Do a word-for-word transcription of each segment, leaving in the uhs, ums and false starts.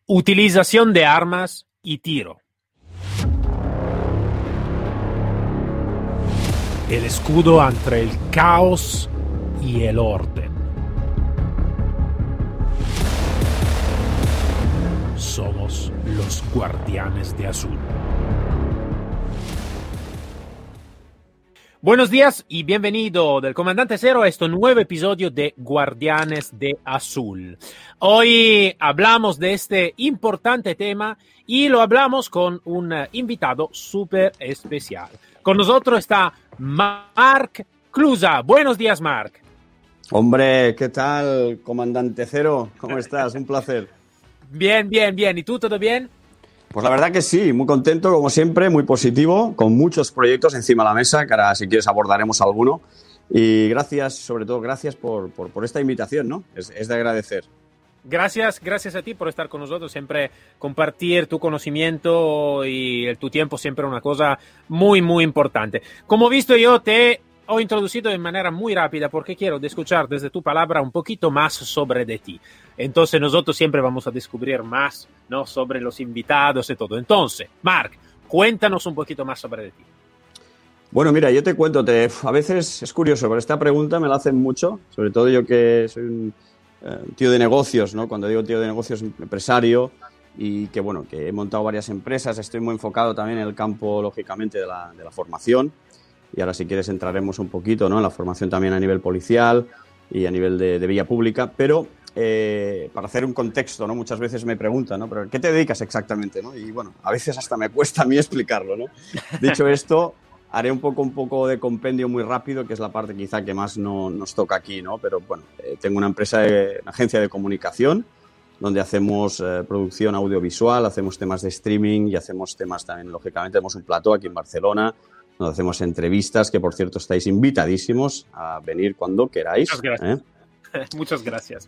Utilización de armas y tiro. El escudo entre el caos y el orden. Somos los Guardianes de Azul. Buenos días y bienvenido del Comandante Cero a este nuevo episodio de Guardianes de Azul. Hoy hablamos de este importante tema y lo hablamos con un invitado súper especial. Con nosotros está Marc Clusa. Buenos días, Marc. Hombre, ¿qué tal, Comandante Cero? ¿Cómo estás? Un placer. Bien, bien, bien. ¿Y tú, todo bien? Pues la verdad que sí, muy contento, como siempre, muy positivo, con muchos proyectos encima de la mesa, que ahora, si quieres, abordaremos alguno. Y gracias, sobre todo, gracias por, por, por esta invitación, ¿no? Es, es de agradecer. Gracias, gracias a ti por estar con nosotros, siempre compartir tu conocimiento y tu tiempo, siempre una cosa muy, muy importante. Como visto, yo te he introducido de manera muy rápida porque quiero escuchar desde tu palabra un poquito más sobre de ti. Entonces nosotros siempre vamos a descubrir más, ¿no?, sobre los invitados y todo. Entonces, Marc, cuéntanos un poquito más sobre de ti. Bueno, mira, yo te cuento, te, a veces es curioso, pero esta pregunta me la hacen mucho, sobre todo yo que soy un eh, tío de negocios, ¿no? Cuando digo tío de negocios, empresario, y que, bueno, que he montado varias empresas, estoy muy enfocado también en el campo, lógicamente, de la, de la formación. Y ahora, si quieres, entraremos un poquito, ¿no?, en la formación también a nivel policial y a nivel de, de vía pública. Pero eh, para hacer un contexto, ¿no?, muchas veces me preguntan, ¿no?, ¿pero qué te dedicas exactamente?, ¿no? Y bueno, a veces hasta me cuesta a mí explicarlo, ¿no? Dicho esto, haré un poco, un poco de compendio muy rápido, que es la parte quizá que más no, nos toca aquí, ¿no? Pero bueno, eh, tengo una empresa, de, una agencia de comunicación, donde hacemos eh, producción audiovisual, hacemos temas de streaming y hacemos temas también, lógicamente, tenemos un plató aquí en Barcelona, donde hacemos entrevistas, que por cierto estáis invitadísimos a venir cuando queráis. Muchas gracias. ¿eh? Muchas gracias.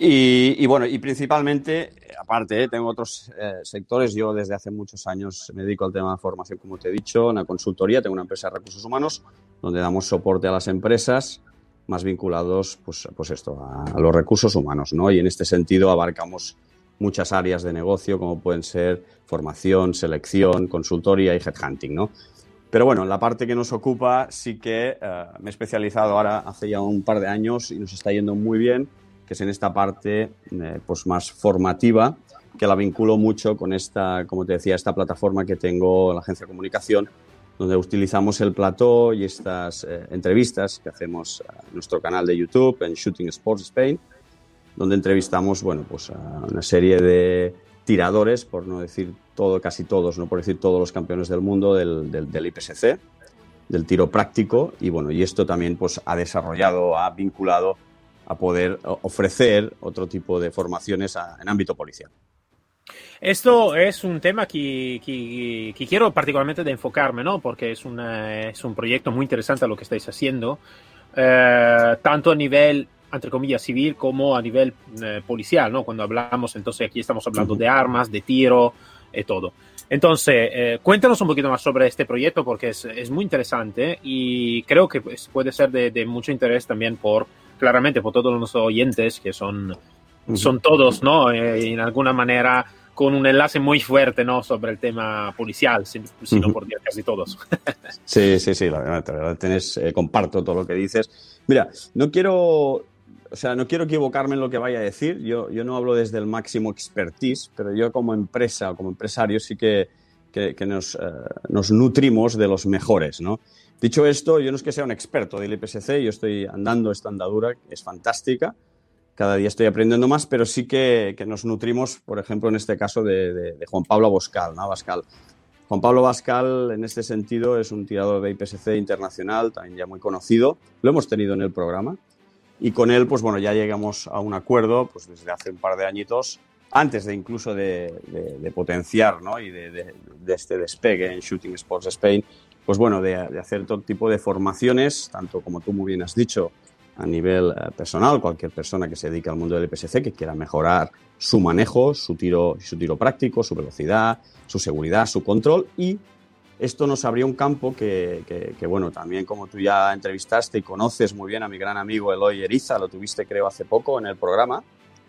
Y, y bueno, y principalmente, aparte, ¿eh? tengo otros eh, sectores. Yo desde hace muchos años me dedico al tema de formación, como te he dicho, una consultoría, tengo una empresa de recursos humanos, donde damos soporte a las empresas más vinculados, pues, pues esto, a, a los recursos humanos, ¿no? Y en este sentido abarcamos muchas áreas de negocio, como pueden ser formación, selección, consultoría y headhunting, ¿no? Pero bueno, en la parte que nos ocupa sí que uh, me he especializado ahora hace ya un par de años y nos está yendo muy bien, que es en esta parte eh, pues más formativa, que la vinculo mucho con esta, como te decía, esta plataforma que tengo en la agencia de comunicación, donde utilizamos el plató y estas eh, entrevistas que hacemos en nuestro canal de YouTube, en Shooting Sports Spain, donde entrevistamos, bueno, pues a una serie de tiradores, por no decir todo, casi todos, no por decir todos los campeones del mundo del, del, del I P S C, del tiro práctico, y bueno, y esto también pues ha desarrollado, ha vinculado a poder ofrecer otro tipo de formaciones a, en ámbito policial. Esto es un tema que, que, que quiero particularmente de enfocarme, ¿no?, porque es, una, es un proyecto muy interesante lo que estáis haciendo, eh, tanto a nivel, entre comillas, civil como a nivel eh, policial, ¿no? Cuando hablamos, entonces aquí estamos hablando uh-huh. de armas, de tiro y todo. Entonces, eh, cuéntanos un poquito más sobre este proyecto porque es, es muy interesante y creo que pues, puede ser de, de mucho interés también por, claramente, por todos nuestros oyentes que son, uh-huh. son todos, ¿no?, eh, en alguna manera con un enlace muy fuerte, ¿no?, sobre el tema policial, si, si uh-huh. no por decir casi todos. Sí, sí, sí, la verdad, la verdad tenés, eh, comparto todo lo que dices. Mira, no quiero... O sea, no quiero equivocarme en lo que vaya a decir. Yo, yo no hablo desde el máximo expertise, pero yo como empresa o como empresario sí que, que, que nos, eh, nos nutrimos de los mejores, ¿no? Dicho esto, yo no es que sea un experto del I P S C, yo estoy andando esta andadura, es fantástica. Cada día estoy aprendiendo más, pero sí que, que nos nutrimos, por ejemplo, en este caso de, de, de Juan Pablo Abascal, ¿no? Abascal. Juan Pablo Abascal, en este sentido, es un tirador de I P S C internacional, también ya muy conocido. Lo hemos tenido en el programa. Y con él, pues bueno, ya llegamos a un acuerdo, pues desde hace un par de añitos, antes de incluso de, de, de potenciar, ¿no?, y de, de, de este despegue en Shooting Sports Spain, pues bueno, de, de hacer todo tipo de formaciones, tanto como tú muy bien has dicho, a nivel eh, personal, cualquier persona que se dedique al mundo del I P S C, que quiera mejorar su manejo, su tiro, su tiro práctico, su velocidad, su seguridad, su control, y esto nos abrió un campo que, que, que, bueno, también como tú ya entrevistaste y conoces muy bien a mi gran amigo Eloy Eriza, lo tuviste creo hace poco en el programa,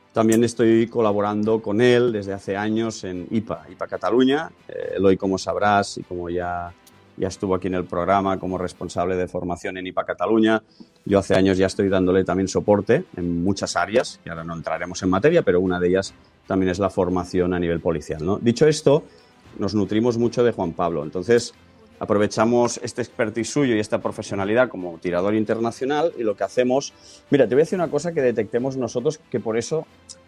también estoy colaborando con él desde hace años en I P A, I P A Cataluña. Eh, Eloy, como sabrás, y como ya, ya estuvo aquí en el programa como responsable de formación en I P A Cataluña, yo hace años ya estoy dándole también soporte en muchas áreas, y ahora no entraremos en materia, pero una de ellas también es la formación a nivel policial, ¿no? Dicho esto, nos nutrimos mucho de Juan Pablo. Entonces, aprovechamos este expertise suyo y esta profesionalidad como tirador internacional y lo que hacemos... Mira, te voy a decir una cosa que detectemos nosotros, que por eso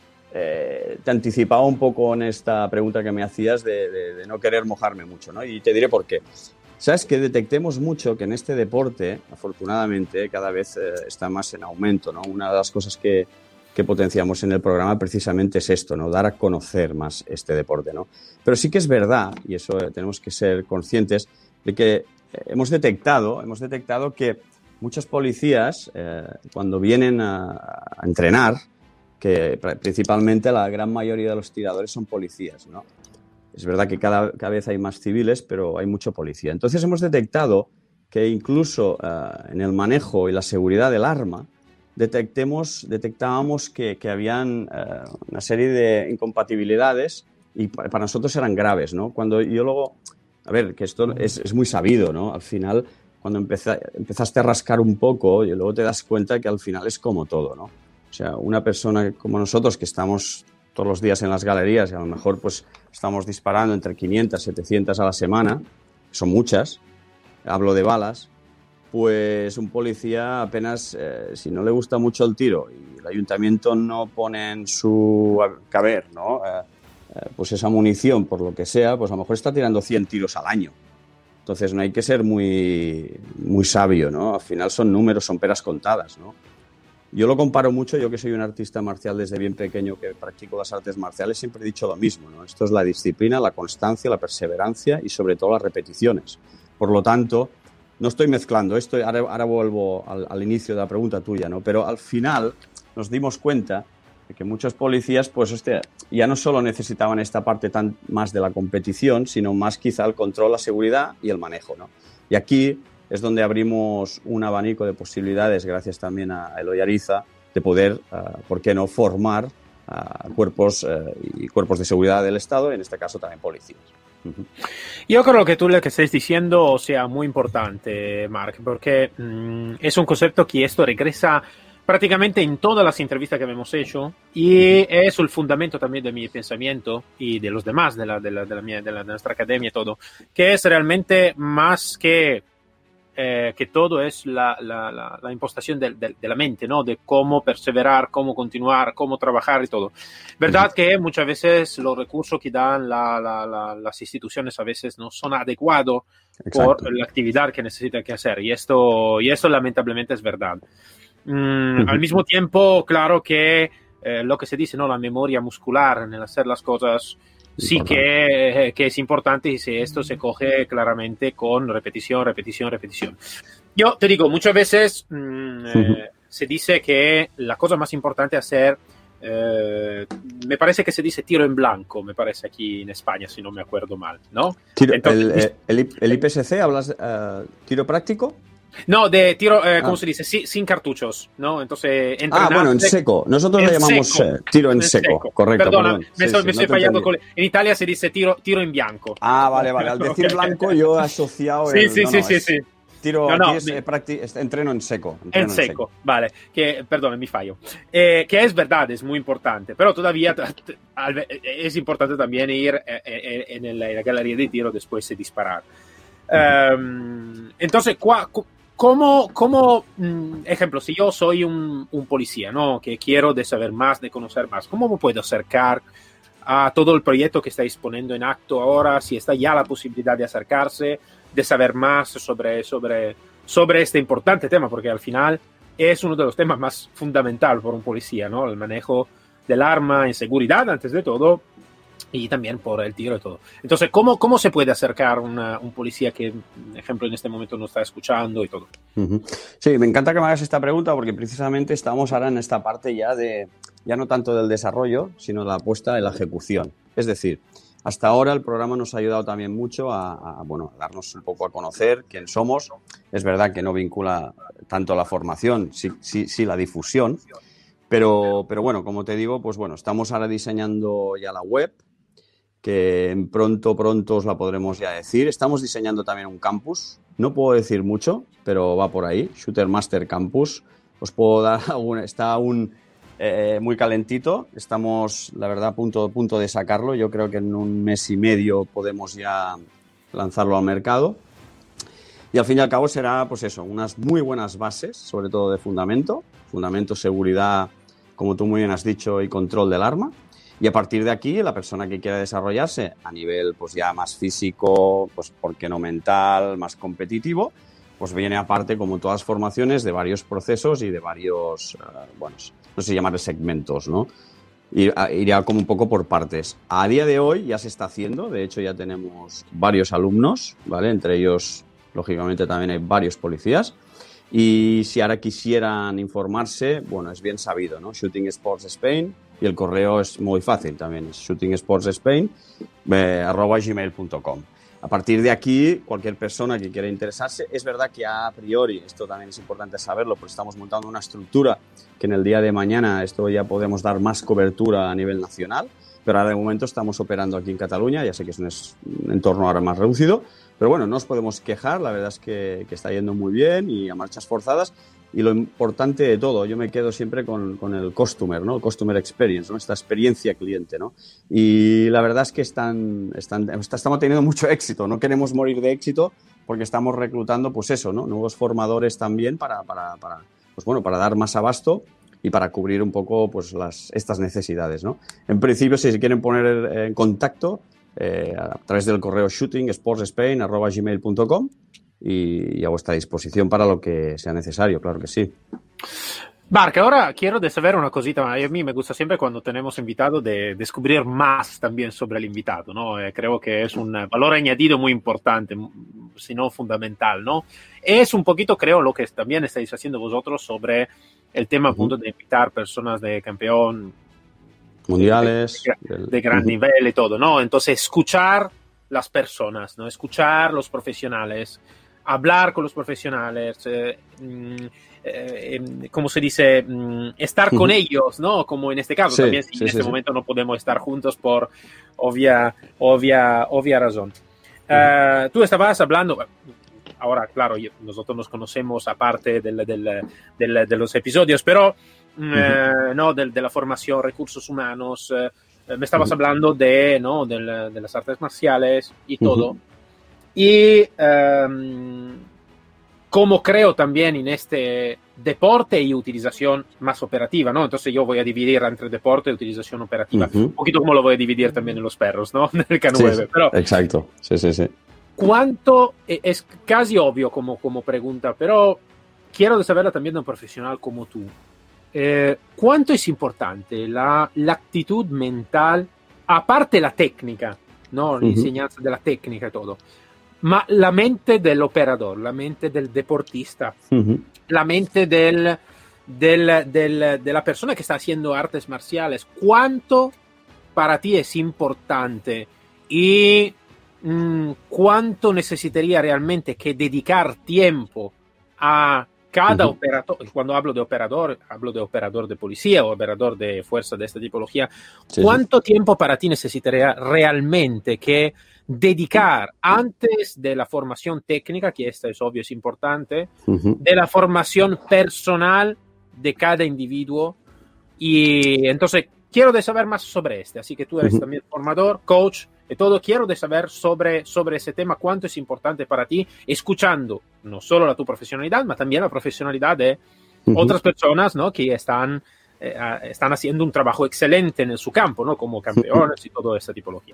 eh, te anticipaba un poco en esta pregunta que me hacías de, de, de no querer mojarme mucho, ¿no? Y te diré por qué. Sabes que detectemos mucho que en este deporte, afortunadamente, cada vez eh, está más en aumento, ¿no? Una de las cosas que, que potenciamos en el programa precisamente es esto, ¿no? Dar a conocer más este deporte, ¿no? Pero sí que es verdad, y eso eh, tenemos que ser conscientes, de que hemos detectado, hemos detectado que muchos policías, eh, cuando vienen a, a entrenar, que principalmente la gran mayoría de los tiradores son policías, ¿no? Es verdad que cada, cada vez hay más civiles, pero hay mucho policía. Entonces hemos detectado que incluso eh, en el manejo y la seguridad del arma, detectemos, detectábamos que, que habían eh, una serie de incompatibilidades y para, para nosotros eran graves, ¿no? Cuando yo luego... A ver, que esto es, es muy sabido, ¿no? Al final, cuando empeza, empezaste a rascar un poco y luego te das cuenta que al final es como todo, ¿no? O sea, una persona como nosotros que estamos todos los días en las galerías y a lo mejor pues estamos disparando entre quinientas, setecientas a la semana, son muchas, hablo de balas, pues un policía apenas, eh, si no le gusta mucho el tiro y el ayuntamiento no pone en su caber, ¿no? Eh, pues esa munición, por lo que sea, pues a lo mejor está tirando cien tiros al año. Entonces no hay que ser muy, muy sabio, ¿no? Al final son números, son peras contadas, ¿no? Yo lo comparo mucho, yo que soy un artista marcial desde bien pequeño que practico las artes marciales, siempre he dicho lo mismo, ¿no? Esto es la disciplina, la constancia, la perseverancia y sobre todo las repeticiones. Por lo tanto, no estoy mezclando esto, ahora, ahora vuelvo al, al inicio de la pregunta tuya, ¿no? Pero al final nos dimos cuenta que muchos policías, pues, hostia, ya no solo necesitaban esta parte tan más de la competición, sino más quizá el control, la seguridad y el manejo, ¿no? Y aquí es donde abrimos un abanico de posibilidades, gracias también a Eloy Ariza, de poder, uh, ¿por qué no?, formar uh, cuerpos uh, y cuerpos de seguridad del Estado, en este caso también policías. Uh-huh. Yo creo que tú lo que estás diciendo sea muy importante, Marc, porque mmm, es un concepto que esto regresa prácticamente en todas las entrevistas que hemos hecho y es el fundamento también de mi pensamiento y de los demás de, la, de, la, de, la mía, de, la, de nuestra academia y todo, que es realmente más que, eh, que todo es la, la, la, la impostación de, de, de la mente, ¿no? De cómo perseverar, cómo continuar, cómo trabajar y todo. Verdad que muchas veces los recursos que dan la, la, la, las instituciones a veces no son adecuados por la actividad que necesitan que hacer y esto, y esto lamentablemente es verdad. Mm, al mismo tiempo, claro que eh, lo que se dice, ¿no? La memoria muscular en el hacer las cosas sí que, eh, que es importante y si esto se coge claramente con repetición, repetición, repetición. Yo te digo, muchas veces mm, eh, se dice que la cosa más importante es hacer, eh, me parece que se dice tiro en blanco, me parece aquí en España, si no me acuerdo mal, ¿no? Tiro, Entonces, el, el, el I P S C, ¿hablas uh, tiro práctico? No, de tiro, eh, ¿cómo ah. se dice? Sí, sin cartuchos, ¿no? Entonces, ah, bueno, en seco. Nosotros le llamamos seco. tiro en, en seco. seco. Correcto. Perdona, perdón. me, sí, so, sí, me no estoy fallando. Con... En Italia se dice tiro, tiro en blanco. Ah, vale, vale. Al decir okay. blanco yo he asociado sí, el... Sí, no, sí, no, sí, sí. Tiro no, aquí no, es, me... practi... es entreno en seco. Entreno en, seco, en seco, vale. Que, perdón, mi fallo. Eh, que es verdad, es muy importante, pero todavía es importante también ir en, el, en la galería de tiro después de disparar. Uh-huh. Um, entonces, ¿cuál, ¿cómo, cómo ejemplo, si yo soy un, un policía, ¿no? Que quiero de saber más, de conocer más, ¿cómo me puedo acercar a todo el proyecto que estáis poniendo en acto ahora? Si está ya la posibilidad de acercarse, de saber más sobre, sobre, sobre este importante tema, porque al final es uno de los temas más fundamentales por un policía, ¿no? El manejo del arma en seguridad, antes de todo, y también por el tiro y todo. Entonces, ¿cómo, cómo se puede acercar una, un policía que, por ejemplo, en este momento no está escuchando y todo? Uh-huh. Sí, me encanta que me hagas esta pregunta porque precisamente estamos ahora en esta parte ya de, ya no tanto del desarrollo, sino la apuesta en la ejecución. Es decir, hasta ahora el programa nos ha ayudado también mucho a, a, bueno, a darnos un poco a conocer quién somos. Es verdad que no vincula tanto la formación, sí, sí, sí la difusión, Pero, pero bueno, como te digo, pues bueno, estamos ahora diseñando ya la web, que pronto, pronto os la podremos ya decir. Estamos diseñando también un campus. No puedo decir mucho, pero va por ahí. Shooter Master Campus. Os puedo dar algún... Está aún eh, muy calentito. Estamos, la verdad, a punto, punto de sacarlo. Yo creo que en un mes y medio podemos ya lanzarlo al mercado. Y al fin y al cabo será, pues eso, unas muy buenas bases, sobre todo de fundamento. Fundamento, seguridad, como tú muy bien has dicho, y control del arma. Y a partir de aquí, la persona que quiera desarrollarse a nivel pues ya más físico, pues por qué no mental, más competitivo, pues viene aparte, como todas formaciones, de varios procesos y de varios, uh, bueno, no sé llamarle segmentos, ¿no? Y, uh, iría como un poco por partes. A día de hoy ya se está haciendo, de hecho ya tenemos varios alumnos, ¿vale? Entre ellos, lógicamente, también hay varios policías. Y si ahora quisieran informarse, bueno, es bien sabido, ¿no? Shooting Sports Spain, y el correo es muy fácil también, es shooting sports spain arroba gmail punto com. A partir de aquí, cualquier persona que quiera interesarse, es verdad que a priori, esto también es importante saberlo, porque estamos montando una estructura que en el día de mañana esto ya podemos dar más cobertura a nivel nacional, pero ahora de momento estamos operando aquí en Cataluña, ya sé que es un, es un entorno ahora más reducido, pero bueno, no nos podemos quejar, la verdad es que, que está yendo muy bien y a marchas forzadas. Y lo importante de todo, yo me quedo siempre con, con el customer, ¿no? El customer experience, ¿no? Esta experiencia cliente, ¿no? Y la verdad es que están, están, estamos teniendo mucho éxito. No queremos morir de éxito porque estamos reclutando, pues eso, ¿no? Nuevos formadores también para, para, para, pues bueno, para dar más abasto y para cubrir un poco, pues, las, estas necesidades, ¿no? En principio, si se quieren poner en contacto eh, a través del correo shooting sports spain arroba gmail punto com. Y a vuestra disposición para lo que sea necesario, claro que sí. Marc, ahora quiero de saber una cosita, a mí me gusta siempre cuando tenemos invitado de descubrir más también sobre el invitado, ¿no? Eh, creo que es un valor añadido muy importante, si no fundamental, ¿no? Es un poquito, creo, lo que también estáis haciendo vosotros sobre el tema, uh-huh. punto, de invitar personas de campeón mundiales, de, de, de, de gran uh-huh. nivel y todo, ¿no? Entonces, escuchar las personas, ¿no? Escuchar los profesionales, hablar con los profesionales, eh, eh, como se dice, estar con uh-huh. ellos, ¿no? Como en este caso, sí, también si sí, en sí, este sí. momento no podemos estar juntos por obvia, obvia, obvia razón. Uh-huh. Uh, tú estabas hablando, ahora, claro, yo, nosotros nos conocemos aparte del, del, del, de los episodios, pero uh-huh. eh, no, de, de la formación, recursos humanos, eh, me estabas uh-huh. hablando de, ¿no? de, de las artes marciales y todo. Uh-huh. Y um, como creo también en este deporte y utilización más operativa, ¿no? Entonces yo voy a dividir entre deporte y utilización operativa. Uh-huh. Un poquito como lo voy a dividir también en los perros, ¿no? En el K nueve. Sí, pero, exacto, sí, sí, sí. ¿Cuánto? Es casi obvio como, como pregunta, pero quiero saberla también de un profesional como tú. Eh, ¿Cuánto es importante la, la actitud mental, aparte la técnica, ¿no? L'insegnanza uh-huh. della tecnica e tutto, ma la mente dell'operador, la mente del deportista, uh-huh. la mente del, del, del, della persona che sta haciendo artes marciales, ¿cuánto para ti es importante y mmm, cuánto necesitaría realmente que dedicar tiempo a cada uh-huh. operador? Cuando hablo de operador, hablo de operador de policía o operador de fuerza de esta tipología. Sí, ¿Cuánto sí. tiempo para ti necesitaría realmente que dedicar antes de la formación técnica, que esta es obvio, es importante, uh-huh. de la formación personal de cada individuo? Y entonces quiero de saber más sobre este, así que tú eres uh-huh. también formador, coach y todo, quiero de saber sobre, sobre ese tema, cuánto es importante para ti, escuchando no solo la tu profesionalidad, ma también la profesionalidad de uh-huh. otras personas, ¿no? Que están, eh, están haciendo un trabajo excelente en su campo, ¿no? Como campeones y toda esta tipología.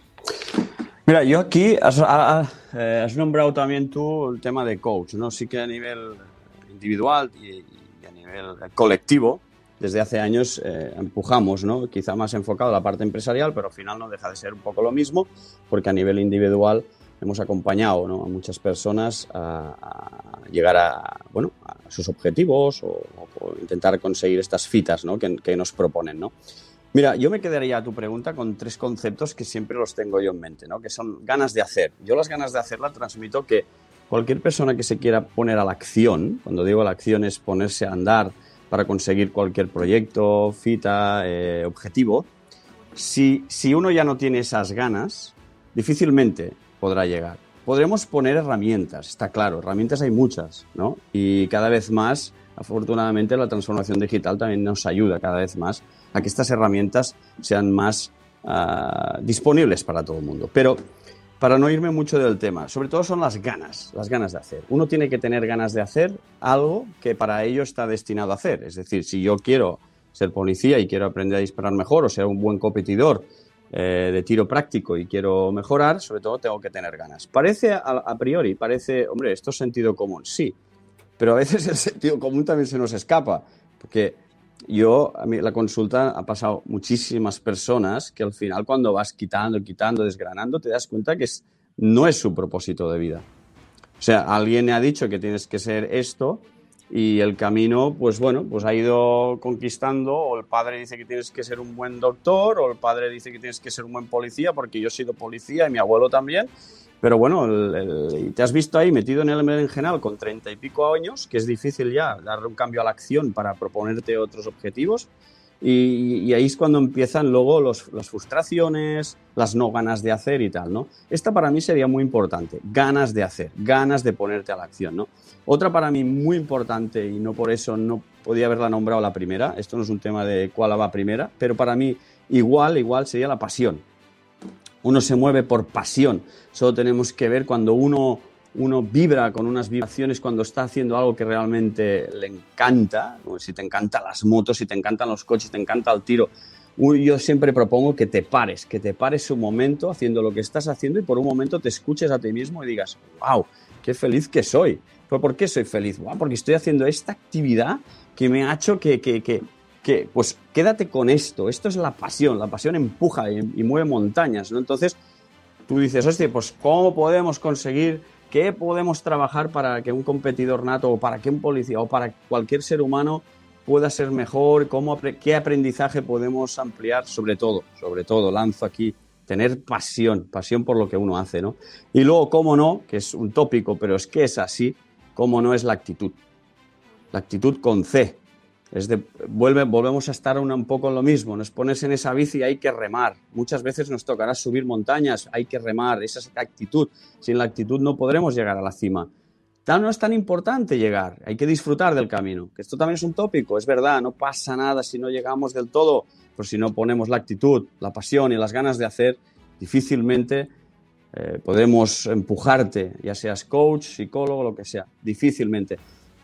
Mira, yo aquí has, has nombrado también tú el tema de coach, ¿no? Sí que a nivel individual y, y a nivel colectivo, desde hace años eh, empujamos, ¿no? Quizá más enfocado a la parte empresarial, pero al final no deja de ser un poco lo mismo, porque a nivel individual hemos acompañado, ¿no? a muchas personas a, a llegar a, bueno, a sus objetivos o, o intentar conseguir estas fitas, ¿no? que, que nos proponen, ¿no? Mira, yo me quedaría a tu pregunta con tres conceptos que siempre los tengo yo en mente, ¿no? Que son ganas de hacer. Yo las ganas de hacerla transmito que cualquier persona que se quiera poner a la acción, cuando digo la acción es ponerse a andar, para conseguir cualquier proyecto, fita, eh, objetivo, si, si uno ya no tiene esas ganas, difícilmente podrá llegar. Podremos poner herramientas, está claro, herramientas hay muchas, ¿no? Y cada vez más, afortunadamente, la transformación digital también nos ayuda cada vez más a que estas herramientas sean más uh, disponibles para todo el mundo. Pero para no irme mucho del tema, sobre todo son las ganas, las ganas de hacer. Uno tiene que tener ganas de hacer algo que para ello está destinado a hacer. Es decir, si yo quiero ser policía y quiero aprender a disparar mejor o ser un buen competidor eh, de tiro práctico y quiero mejorar, sobre todo tengo que tener ganas. Parece, a, a priori, parece, hombre, esto es sentido común, sí, pero a veces el sentido común también se nos escapa, porque yo, a mí la consulta ha pasado muchísimas personas que al final cuando vas quitando, quitando, desgranando, te das cuenta que es, no es su propósito de vida. O sea, alguien me ha dicho que tienes que ser esto y el camino, pues bueno, pues ha ido conquistando, o el padre dice que tienes que ser un buen doctor, o el padre dice que tienes que ser un buen policía, porque yo he sido policía y mi abuelo también. Pero bueno, el, el, te has visto ahí metido en el berenjenal con treinta y pico años, que es difícil ya darle un cambio a la acción para proponerte otros objetivos. Y, y ahí es cuando empiezan luego los, las frustraciones, las no ganas de hacer y tal, ¿no? Esta para mí sería muy importante, ganas de hacer, ganas de ponerte a la acción, ¿no? Otra para mí muy importante, y no por eso no podía haberla nombrado la primera, esto no es un tema de cuál va primera, pero para mí igual, igual sería la pasión. Uno se mueve por pasión. Solo tenemos que ver cuando uno, uno vibra con unas vibraciones, cuando está haciendo algo que realmente le encanta. Si te encantan las motos, si te encantan los coches, si te encanta el tiro. Yo siempre propongo que te pares, que te pares un momento haciendo lo que estás haciendo y por un momento te escuches a ti mismo y digas, wow, qué feliz que soy. ¿Pero por qué soy feliz? Wow, porque estoy haciendo esta actividad que me ha hecho que... que, que que pues quédate con esto, esto es la pasión, la pasión empuja y, y mueve montañas, ¿no? Entonces tú dices, hostia, pues ¿cómo podemos conseguir, qué podemos trabajar para que un competidor nato o para que un policía o para cualquier ser humano pueda ser mejor? ¿Cómo, qué aprendizaje podemos ampliar? Sobre todo, sobre todo, lanzo aquí, tener pasión, pasión por lo que uno hace, ¿no? Y luego, cómo no, que es un tópico, pero es que es así, cómo no es la actitud, la actitud con C. Es de, vuelve, volvemos a estar un, un poco en lo mismo, nos pones en esa bici y hay que remar. Muchas veces nos tocará subir montañas, hay que remar, esa es la actitud. Sin la actitud no podremos llegar a la cima. Tal no es tan importante llegar, hay que disfrutar del camino. Que esto también es un tópico, es verdad, no pasa nada si no llegamos del todo, pero si no ponemos la actitud, la pasión y las ganas de hacer, difícilmente eh, podremos empujarte, ya seas coach, psicólogo, lo que sea, difícilmente.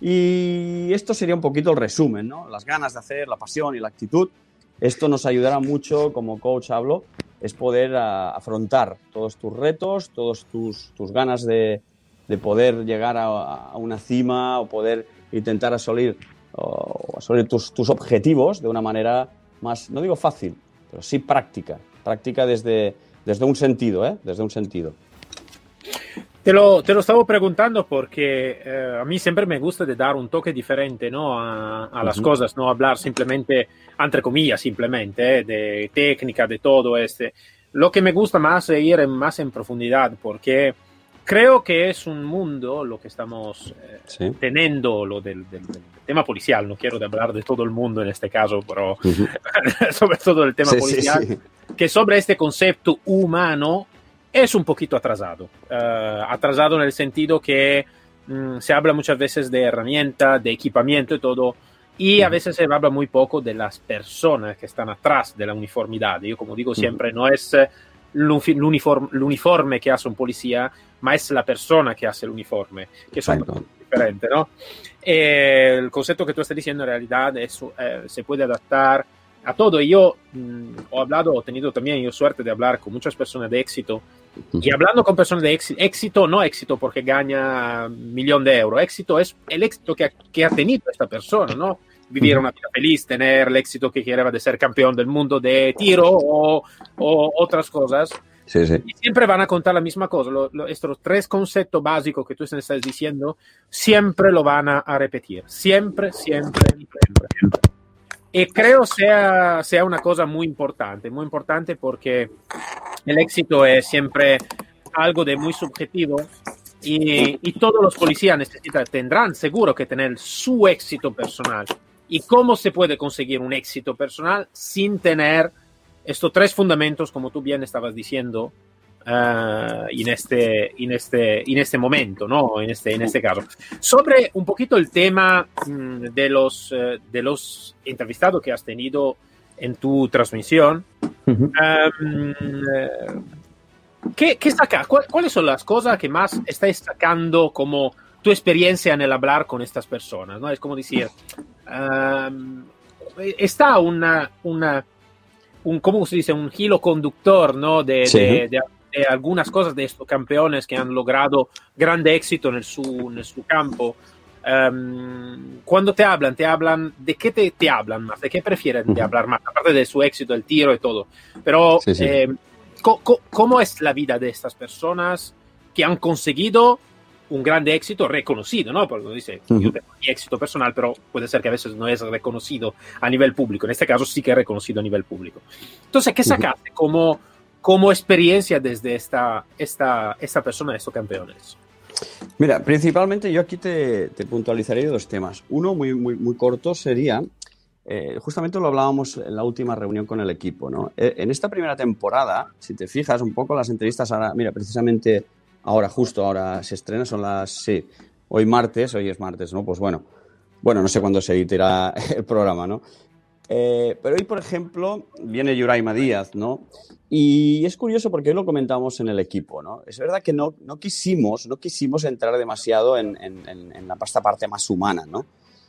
Y esto sería un poquito el resumen, ¿no? Las ganas de hacer, la pasión y la actitud. Esto nos ayudará mucho, como coach hablo, es poder a, afrontar todos tus retos, todos tus, tus ganas de, de poder llegar a, a una cima o poder intentar asolir, o asolir tus, tus objetivos de una manera más, no digo fácil, pero sí práctica. Práctica desde, desde un sentido, ¿eh? Desde un sentido. Te lo, te lo estaba preguntando porque eh, a mí siempre me gusta de dar un toque diferente, ¿no? a, a las uh-huh. cosas, no hablar simplemente, entre comillas, simplemente, eh, de técnica, de todo este. Lo que me gusta más es ir en, más en profundidad porque creo que es un mundo, lo que estamos eh, sí. teniendo, lo del, del, del tema policial, no quiero hablar de todo el mundo en este caso, pero uh-huh. sobre todo el tema sí, policial, sí, sí. que sobre este concepto humano es un poquito atrasado, uh, atrasado en el sentido que um, se habla muchas veces de herramientas, de equipamiento y todo, y a veces se habla muy poco de las personas que están atrás de la uniformidad. Yo, como digo siempre, no es l'uniforme, l'uniforme que hace un policía, ma es la persona que hace el uniforme, que son diferentes, ¿no? Eh, el concepto que tú estás diciendo en realidad es, eh, se puede adaptar a todo. Y yo mmm, he hablado, he tenido también yo suerte de hablar con muchas personas de éxito. Y hablando con personas de éxito, éxito no éxito porque gana un millón de euros, éxito es el éxito que ha, que ha tenido esta persona, ¿no? Vivir una vida feliz, tener el éxito que quiere de ser campeón del mundo de tiro o, o otras cosas. Sí, sí. Y siempre van a contar la misma cosa. Lo, lo, estos tres conceptos básicos que tú estás diciendo, siempre lo van a, a repetir. Siempre, siempre, siempre, siempre. Y creo sea, sea una cosa muy importante, muy importante porque el éxito es siempre algo de muy subjetivo y, y todos los policías necesitan, tendrán seguro que tener su éxito personal. y cómo se puede conseguir un éxito personal sin tener estos tres fundamentos, como tú bien estabas diciendo, uh, en, este, en, este, en este momento, ¿no? En este, en este caso. Sobre un poquito el tema um, de, los, uh, de los entrevistados que has tenido en tu transmisión, uh-huh. um, uh, ¿qué, qué saca, cu- ¿cuáles son las cosas que más estáis sacando como tu experiencia en el hablar con estas personas, ¿no? Es como decir, um, está una... una un, ¿cómo se dice? Un hilo conductor, ¿no? De, sí. de, de, de algunas cosas de estos campeones que han logrado grande éxito en su, en su campo. Um, cuando te hablan, te hablan, ¿de qué te, te hablan más? ¿De qué prefieren uh-huh. de hablar más? Aparte de su éxito, el tiro y todo. Pero, sí, sí. Eh, co, co, ¿cómo es la vida de estas personas que han conseguido un grande éxito reconocido, ¿no? Porque dice, uh-huh. yo tengo mi éxito personal, pero puede ser que a veces no es reconocido a nivel público. En este caso sí que es reconocido a nivel público. Entonces, ¿qué sacaste uh-huh. como, como experiencia desde esta, esta, esta persona, estos campeones? Mira, principalmente yo aquí te, te puntualizaría dos temas. Uno muy, muy, muy corto sería, eh, justamente lo hablábamos en la última reunión con el equipo, ¿no? Eh, en esta primera temporada, si te fijas un poco las entrevistas ahora, mira, precisamente... Ahora, justo ahora se estrena, son las... Sí, hoy martes, hoy es martes, ¿no? Pues bueno, bueno, no sé cuándo se editará el programa, ¿no? Eh, pero hoy, por ejemplo, viene Yuraima Díaz, ¿no? Y es curioso porque hoy lo comentamos en el equipo, ¿no? Es verdad que no, no quisimos, no quisimos entrar demasiado en, en, en, en la, esta parte más humana, ¿no?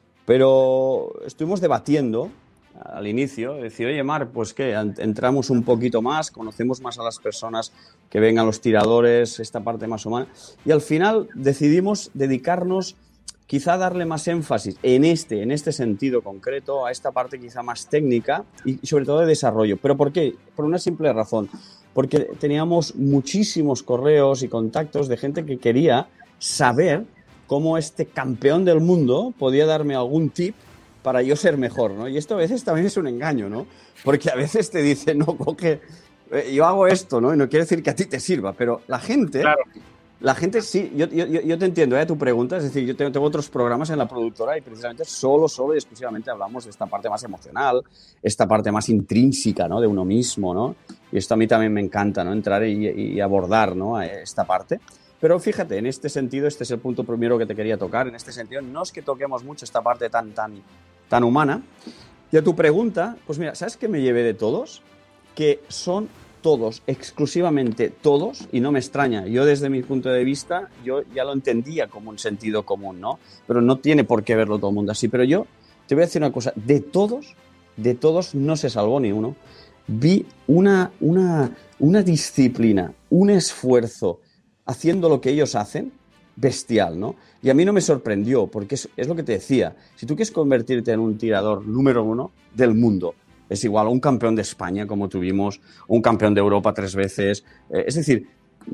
Pero estuvimos debatiendo al inicio, decir, oye, Mar, pues que entramos un poquito más, conocemos más a las personas que vengan los tiradores, esta parte más humana, y al final decidimos dedicarnos quizá a darle más énfasis en este, en este sentido concreto, a esta parte quizá más técnica y sobre todo de desarrollo. ¿Pero por qué? Por una simple razón, porque teníamos muchísimos correos y contactos de gente que quería saber cómo este campeón del mundo podía darme algún tip para yo ser mejor, ¿no? Y esto a veces también es un engaño, ¿no? Porque a veces te dicen, no, coge, eh, yo hago esto, ¿no? Y no quiere decir que a ti te sirva, pero la gente, claro. la gente sí, yo, yo, yo te entiendo, ¿eh? Tu pregunta, es decir, yo tengo, tengo otros programas en la productora y precisamente solo, solo y exclusivamente hablamos de esta parte más emocional, esta parte más intrínseca, ¿no? De uno mismo, ¿no? Y esto a mí también me encanta, ¿no? Entrar y, y abordar, ¿no? Esta parte. Pero fíjate, en este sentido, este es el punto primero que te quería tocar, en este sentido, no es que toquemos mucho esta parte tan, tan, tan humana. Y a tu pregunta, pues mira, ¿sabes qué me llevé de todos? Que son todos, exclusivamente todos, y no me extraña. Yo desde mi punto de vista, yo ya lo entendía como un sentido común, ¿no? Pero no tiene por qué verlo todo el mundo así. Pero yo te voy a decir una cosa, de todos, de todos no se salvó ni uno. Vi una, una, una disciplina, un esfuerzo, haciendo lo que ellos hacen, bestial, ¿no? Y a mí no me sorprendió, porque es, es lo que te decía. Si tú quieres convertirte en un tirador número uno del mundo, es igual a un campeón de España, como tuvimos, un campeón de Europa tres veces. Eh, es decir,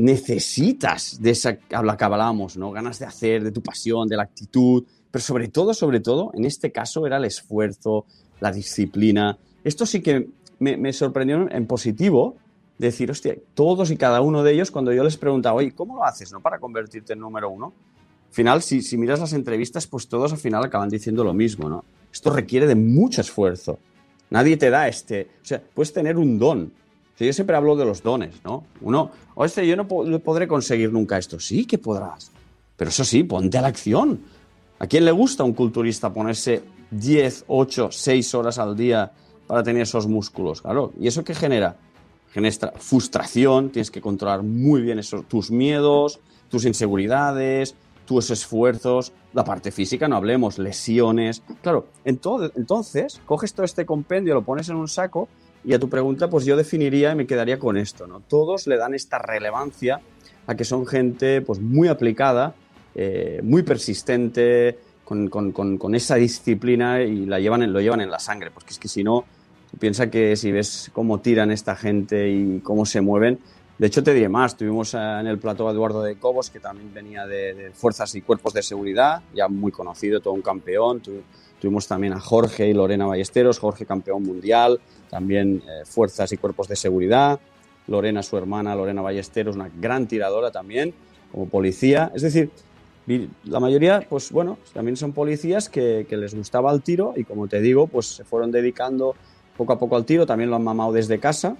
necesitas de esa a la que hablamos, ¿no? Ganas de hacer, de tu pasión, de la actitud, pero sobre todo, sobre todo, en este caso era el esfuerzo, la disciplina. Esto sí que me, me sorprendió en positivo, decir, hostia, todos y cada uno de ellos, cuando yo les preguntaba, oye, ¿cómo lo haces, no, para convertirte en número uno? Al final, si, si miras las entrevistas, pues todos al final acaban diciendo lo mismo, ¿no? Esto requiere de mucho esfuerzo. Nadie te da este... O sea, puedes tener un don. O sea, yo siempre hablo de los dones, ¿no? Uno, o este, yo no, po- no podré conseguir nunca esto. Sí que podrás. Pero eso sí, ponte a la acción. ¿A quién le gusta a un culturista ponerse diez, ocho, seis horas al día para tener esos músculos? Claro. ¿Y eso qué genera? Genera frustración, tienes que controlar muy bien esos, tus miedos, tus inseguridades, tus esfuerzos, la parte física, no hablemos, lesiones. Claro, entonces, entonces coges todo este compendio, lo pones en un saco y a tu pregunta, pues yo definiría y me quedaría con esto, ¿no? Todos le dan esta relevancia a que son gente pues muy aplicada, eh, muy persistente, con, con, con, con esa disciplina y la llevan en, lo llevan en la sangre, porque es que si no, piensa que si ves cómo tiran esta gente y cómo se mueven. De hecho, te diré más, tuvimos en el plató a Eduardo de Cobos, que también venía de, de Fuerzas y Cuerpos de Seguridad, ya muy conocido, todo un campeón. Tu, tuvimos también a Jorge y Lorena Ballesteros, Jorge campeón mundial, también eh, Fuerzas y Cuerpos de Seguridad. Lorena, su hermana, Lorena Ballesteros, una gran tiradora también, como policía. Es decir, la mayoría, pues bueno, también son policías que, que les gustaba el tiro y, como te digo, pues se fueron dedicando poco a poco al tiro, también lo han mamado desde casa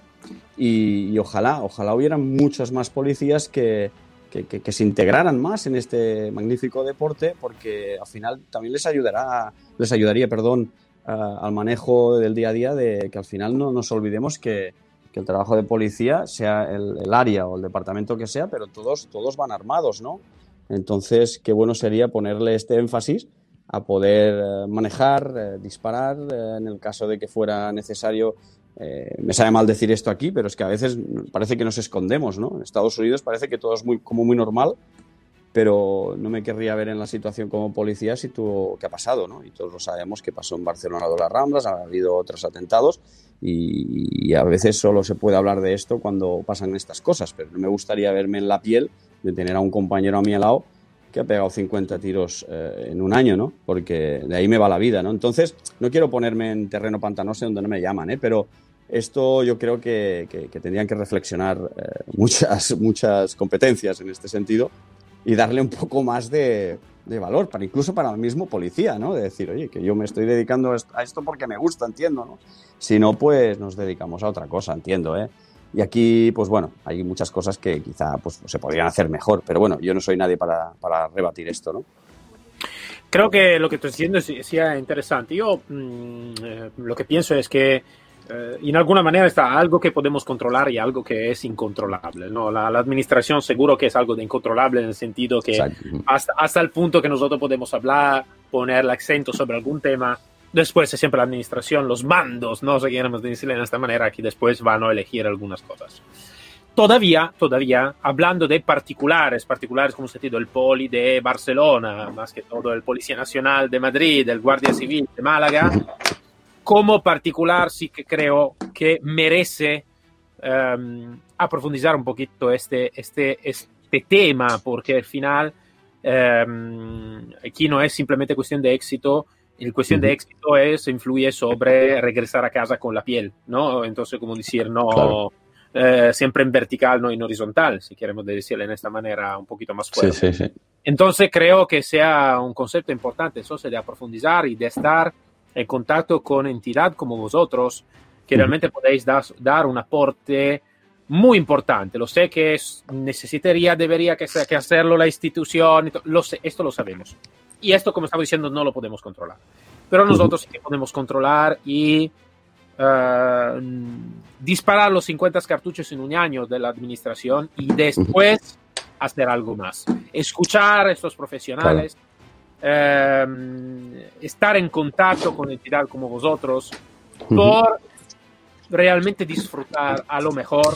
y, y ojalá, ojalá hubieran muchos más policías que, que, que, que se integraran más en este magnífico deporte, porque al final también les ayudará, les ayudaría, perdón, uh, al manejo del día a día, de que al final no nos olvidemos que, que el trabajo de policía, sea el, el área o el departamento que sea, pero todos, todos van armados, ¿no? Entonces, qué bueno sería ponerle este énfasis a poder eh, manejar, eh, disparar, eh, en el caso de que fuera necesario. Eh, me sabe mal decir esto aquí, pero es que a veces parece que nos escondemos, ¿no? En Estados Unidos parece que todo es muy, como muy normal, pero no me querría ver en la situación como policía si tú, ¿qué ha pasado, ¿no? Y todos lo sabemos, que pasó en Barcelona de las Ramblas, ha habido otros atentados y, y a veces solo se puede hablar de esto cuando pasan estas cosas, pero no me gustaría verme en la piel de tener a un compañero a mi lado que ha pegado cincuenta tiros eh, en un año, ¿no? Porque de ahí me va la vida, ¿no? Entonces, no quiero ponerme en terreno pantanoso donde no me llaman, ¿eh? Pero esto yo creo que, que, que tendrían que reflexionar eh, muchas, muchas competencias en este sentido y darle un poco más de, de valor, para incluso para el mismo policía, ¿no? De decir, oye, que yo me estoy dedicando a esto porque me gusta, entiendo, ¿no? Si no, pues nos dedicamos a otra cosa, entiendo, ¿eh? Y aquí, pues bueno, hay muchas cosas que quizá pues, se podrían hacer mejor, pero bueno, yo no soy nadie para, para rebatir esto, ¿no? Creo que lo que estás diciendo sea interesante. Yo mmm, eh, lo que pienso es que eh, en alguna manera está algo que podemos controlar y algo que es incontrolable, ¿no? La, la administración seguro que es algo de incontrolable en el sentido que hasta, hasta el punto que nosotros podemos hablar, poner el acento sobre algún tema. Después es siempre la administración, los mandos, no sé queremos decirle de esta manera, que después van a elegir algunas cosas. Todavía, todavía, hablando de particulares, particulares como sentido el poli de Barcelona, más que todo el Policía Nacional de Madrid, el Guardia Civil de Málaga, como particular sí que creo que merece um, aprofundizar un poquito este, este, este tema, porque al final um, aquí no es simplemente cuestión de éxito. La cuestión de éxito es, influye sobre regresar a casa con la piel, ¿no? Entonces, como decir, no, claro. eh, siempre en vertical, no en horizontal, si queremos decirlo en esta manera un poquito más fuerte. Sí, sí, sí. Entonces, creo que sea un concepto importante, eso de aprofundizar y de estar en contacto con entidades como vosotros, que uh-huh. realmente podéis dar, dar un aporte muy importante. Lo sé que es, necesitaría, debería que, que hacerlo la institución, lo sé, esto lo sabemos. Y esto, como estaba diciendo, no lo podemos controlar. Pero nosotros sí que podemos controlar y uh, disparar los cincuenta cartuchos en un año de la administración y después hacer algo más. Escuchar a estos profesionales, claro. uh, estar en contacto con entidades como vosotros, por realmente disfrutar a lo mejor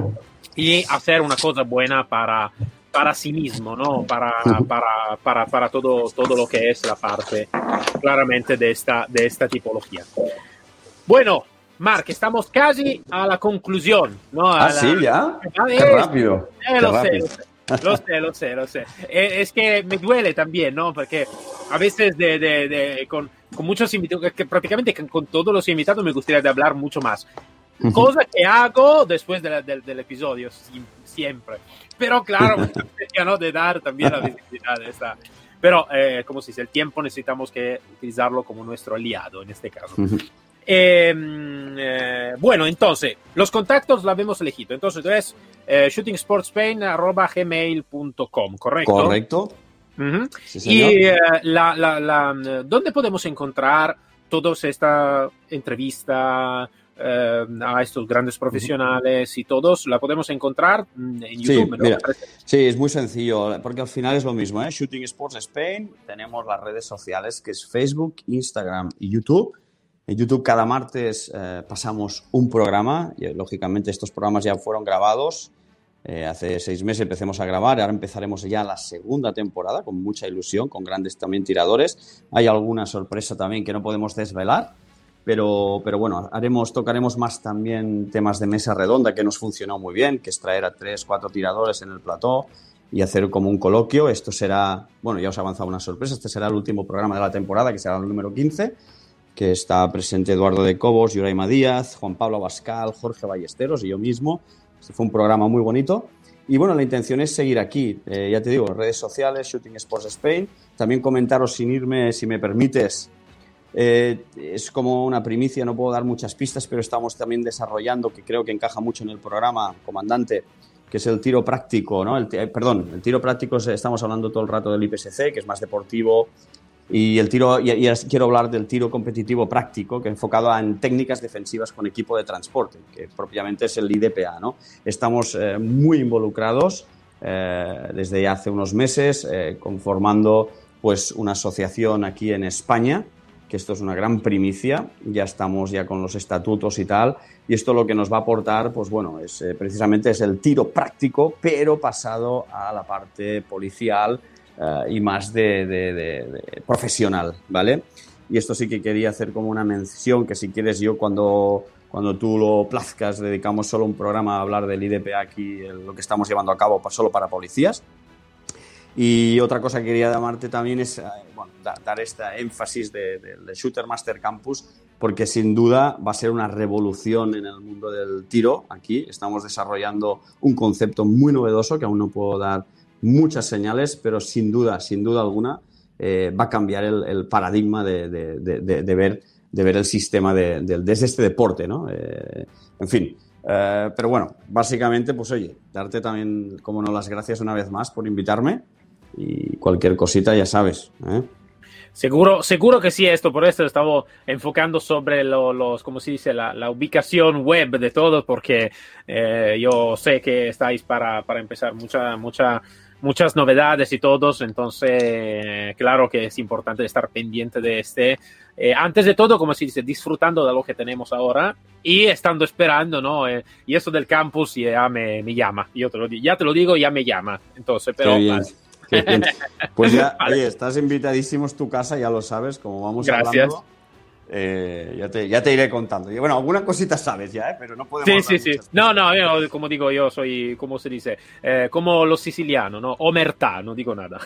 y hacer una cosa buena para... para sí mismo, ¿no? Para, para, para, para todo, todo lo que es la parte claramente de esta, de esta tipología. Bueno, Marc, estamos casi a la conclusión, ¿no? A ah, la... sí, ya. Ah, Qué es... rápido. Eh, Qué lo, rápido. sé, lo sé, lo sé, lo sé, lo sé. Eh, es que me duele también, ¿no? Porque a veces de, de, de, con, con muchos invitados, que prácticamente con todos los invitados me gustaría de hablar mucho más. Cosa que hago después de la, de, del episodio, siempre. Pero claro, ¿no? De dar también la visibilidad de esta. Pero, eh, como se dice, el tiempo necesitamos que utilizarlo como nuestro aliado en este caso. Uh-huh. eh, eh, bueno, entonces, los contactos los hemos elegido. Entonces, es eh, shooting sports spain arroba gmail punto com, ¿correcto? Correcto. Uh-huh. Sí, señor. Y eh, la, la, la, ¿dónde podemos encontrar toda esta entrevista eh, a estos grandes profesionales y todos? ¿La podemos encontrar en YouTube? Sí, mira, sí, es muy sencillo, porque al final es lo mismo, ¿eh? Shooting Sports Spain, tenemos las redes sociales, que es Facebook, Instagram y YouTube. En YouTube cada martes eh, pasamos un programa, y lógicamente estos programas ya fueron grabados. Eh, hace seis meses empecemos a grabar, ahora empezaremos ya la segunda temporada con mucha ilusión, con grandes también tiradores. Hay alguna sorpresa también que no podemos desvelar, pero, pero bueno, haremos, tocaremos más también temas de mesa redonda, que nos funcionó muy bien, que es traer a tres, cuatro tiradores en el plató y hacer como un coloquio. Esto será, bueno, ya os he avanzado una sorpresa, este será el último programa de la temporada, que será el número quince, que está presente Eduardo de Cobos, Yuraima Díaz, Juan Pablo Abascal, Jorge Ballesteros y yo mismo. Este fue un programa muy bonito Y bueno, la intención es seguir aquí. Eh, ya te digo, redes sociales, Shooting Sports Spain. También comentaros, sin irme, si me permites, eh, es como una primicia, no puedo dar muchas pistas, pero estamos también desarrollando, que creo que encaja mucho en el programa, comandante, que es el tiro práctico, ¿no? El, eh, perdón, el tiro práctico, estamos hablando todo el rato del I P S C, que es más deportivo, y el tiro, y, y quiero hablar del tiro competitivo práctico, que enfocado en técnicas defensivas con equipo de transporte, que propiamente es el I D P A, ¿no? Estamos eh, muy involucrados eh, desde hace unos meses, eh, conformando pues una asociación aquí en España, que esto es una gran primicia, ya estamos ya con los estatutos y tal, y esto lo que nos va a aportar, pues bueno, es eh, precisamente es el tiro práctico, pero pasado a la parte policial uh, y más de, de, de, de profesional, ¿vale? Y esto sí que quería hacer como una mención, que si quieres yo cuando, cuando tú lo plazcas, dedicamos solo un programa a hablar del I D P A aquí, lo que estamos llevando a cabo solo para policías. Y otra cosa que quería llamarte también es bueno, dar este énfasis de, de, de Shooter Master Campus, porque sin duda va a ser una revolución en el mundo del tiro aquí. Estamos desarrollando un concepto muy novedoso que aún no puedo dar muchas señales, pero sin duda, sin duda alguna, eh, va a cambiar el, el paradigma de, de, de, de, ver, de ver el sistema de, de, de este deporte, ¿no? Eh, en fin. Eh, pero bueno, básicamente, pues oye, darte también, como no, las gracias una vez más por invitarme. Y cualquier cosita ya sabes, ¿eh? Seguro, seguro que sí, esto, por esto estaba enfocando sobre lo, los, ¿cómo se dice? La, la ubicación web de todo, porque eh, yo sé que estáis para, para empezar mucha, mucha, muchas novedades y todos, entonces eh, claro que es importante estar pendiente de este. Eh, antes de todo, como se dice, disfrutando de lo que tenemos ahora y estando esperando, ¿no? Eh, y eso del campus ya me, me llama, yo te lo, ya te lo digo, ya me llama, entonces, pero... Qué bien. Qué bien. Pues ya, vale. Oye, estás invitadísimo, es tu casa, ya lo sabes, como vamos Gracias. hablando. Eh, ya, te, ya te iré contando. Y bueno, alguna cosita sabes ya, ¿eh? Pero no podemos. Sí, sí, sí. No, no, yo, como digo, yo soy, ¿cómo se dice? Eh, como los sicilianos, ¿no? Omertà, no digo nada.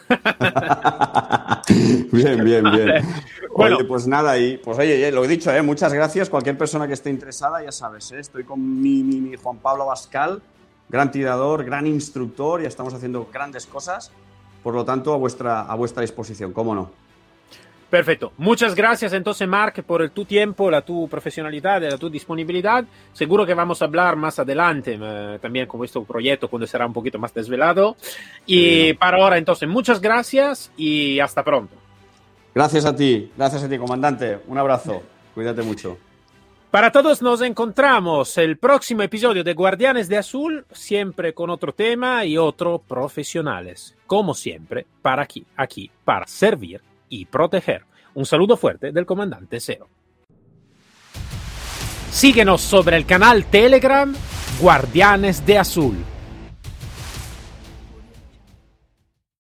Bien, bien, bien. Vale. Bueno. Oye, pues nada, y pues oye, lo he dicho, ¿eh? Muchas gracias. Cualquier persona que esté interesada, ya sabes, ¿eh? Estoy con mi, mi, mi Juan Pablo Abascal, gran tirador, gran instructor, ya estamos haciendo grandes cosas. Por lo tanto, a vuestra, a vuestra disposición, ¿cómo no? Perfecto. Muchas gracias entonces, Marc, por el, tu tiempo, la tu profesionalidad, la tu disponibilidad. Seguro que vamos a hablar más adelante eh, también con este proyecto cuando será un poquito más desvelado. Y sí, para ahora, entonces, muchas gracias y hasta pronto. Gracias a ti, gracias a ti, comandante. Un abrazo. Cuídate mucho. Para todos nos encontramos el próximo episodio de Guardianes de Azul, siempre con otro tema y otro profesionales. Como siempre, para aquí, aquí, para servir y proteger. Un saludo fuerte del comandante Cero. Síguenos sobre el canal Telegram Guardianes de Azul.